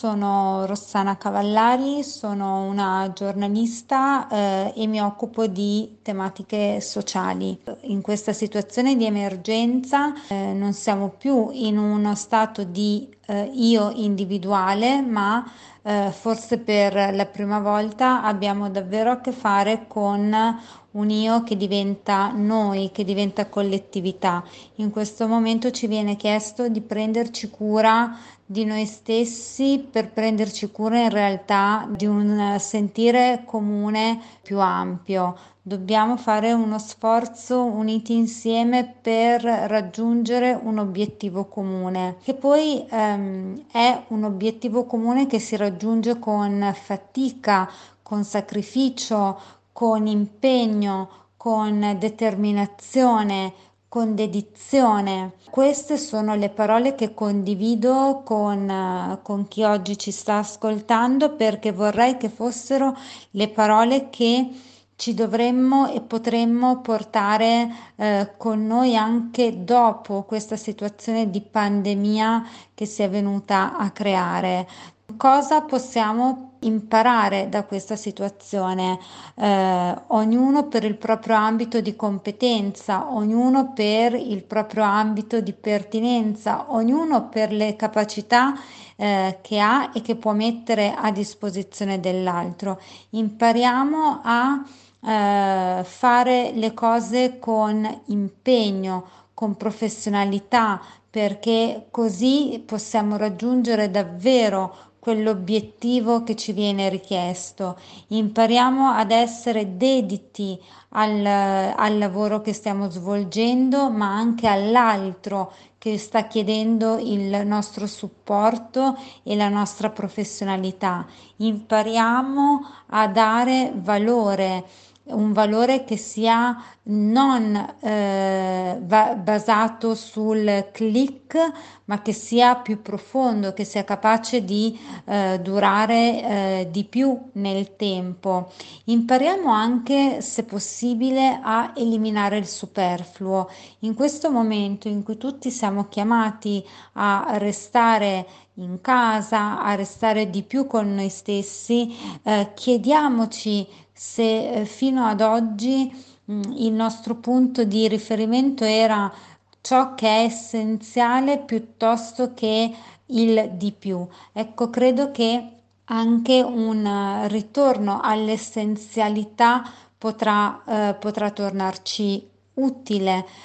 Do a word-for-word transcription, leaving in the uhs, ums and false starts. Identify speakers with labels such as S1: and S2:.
S1: Sono Rossana Cavallari, sono una giornalista, eh, e mi occupo di tematiche sociali. In questa situazione di emergenza, eh, non siamo più in uno stato di eh, io individuale, ma eh, forse per la prima volta abbiamo davvero a che fare con un io che diventa noi, che diventa collettività. In questo momento ci viene chiesto di prenderci cura di noi stessi per prenderci cura in realtà di un sentire comune più ampio. Dobbiamo fare uno sforzo uniti insieme per raggiungere un obiettivo comune, che poi ehm, è un obiettivo comune che si raggiunge con fatica, con sacrificio, con impegno, con determinazione, con dedizione. Queste sono le parole che condivido con, eh, con chi oggi ci sta ascoltando, perché vorrei che fossero le parole che ci dovremmo e potremmo portare eh, con noi anche dopo questa situazione di pandemia che si è venuta a creare. Cosa possiamo imparare da questa situazione? Eh, ognuno per il proprio ambito di competenza, ognuno per il proprio ambito di pertinenza, ognuno per le capacità eh, che ha e che può mettere a disposizione dell'altro. Impariamo a eh, fare le cose con impegno, con professionalità, perché così possiamo raggiungere davvero quell'obiettivo che ci viene richiesto. Impariamo ad essere dediti al, al lavoro che stiamo svolgendo, ma anche all'altro che sta chiedendo il nostro supporto e la nostra professionalità. Impariamo a dare valore, un valore che sia non eh, va- basato sul click, ma che sia più profondo, che sia capace di eh, durare eh, di più nel tempo. Impariamo anche, se possibile, a eliminare il superfluo. In questo momento in cui tutti siamo chiamati a restare in casa, a restare di più con noi stessi, eh, chiediamoci se eh, fino ad oggi mh, il nostro punto di riferimento era ciò che è essenziale piuttosto che il di più. Ecco, credo che anche un eh, ritorno all'essenzialità potrà, eh, potrà tornarci utile.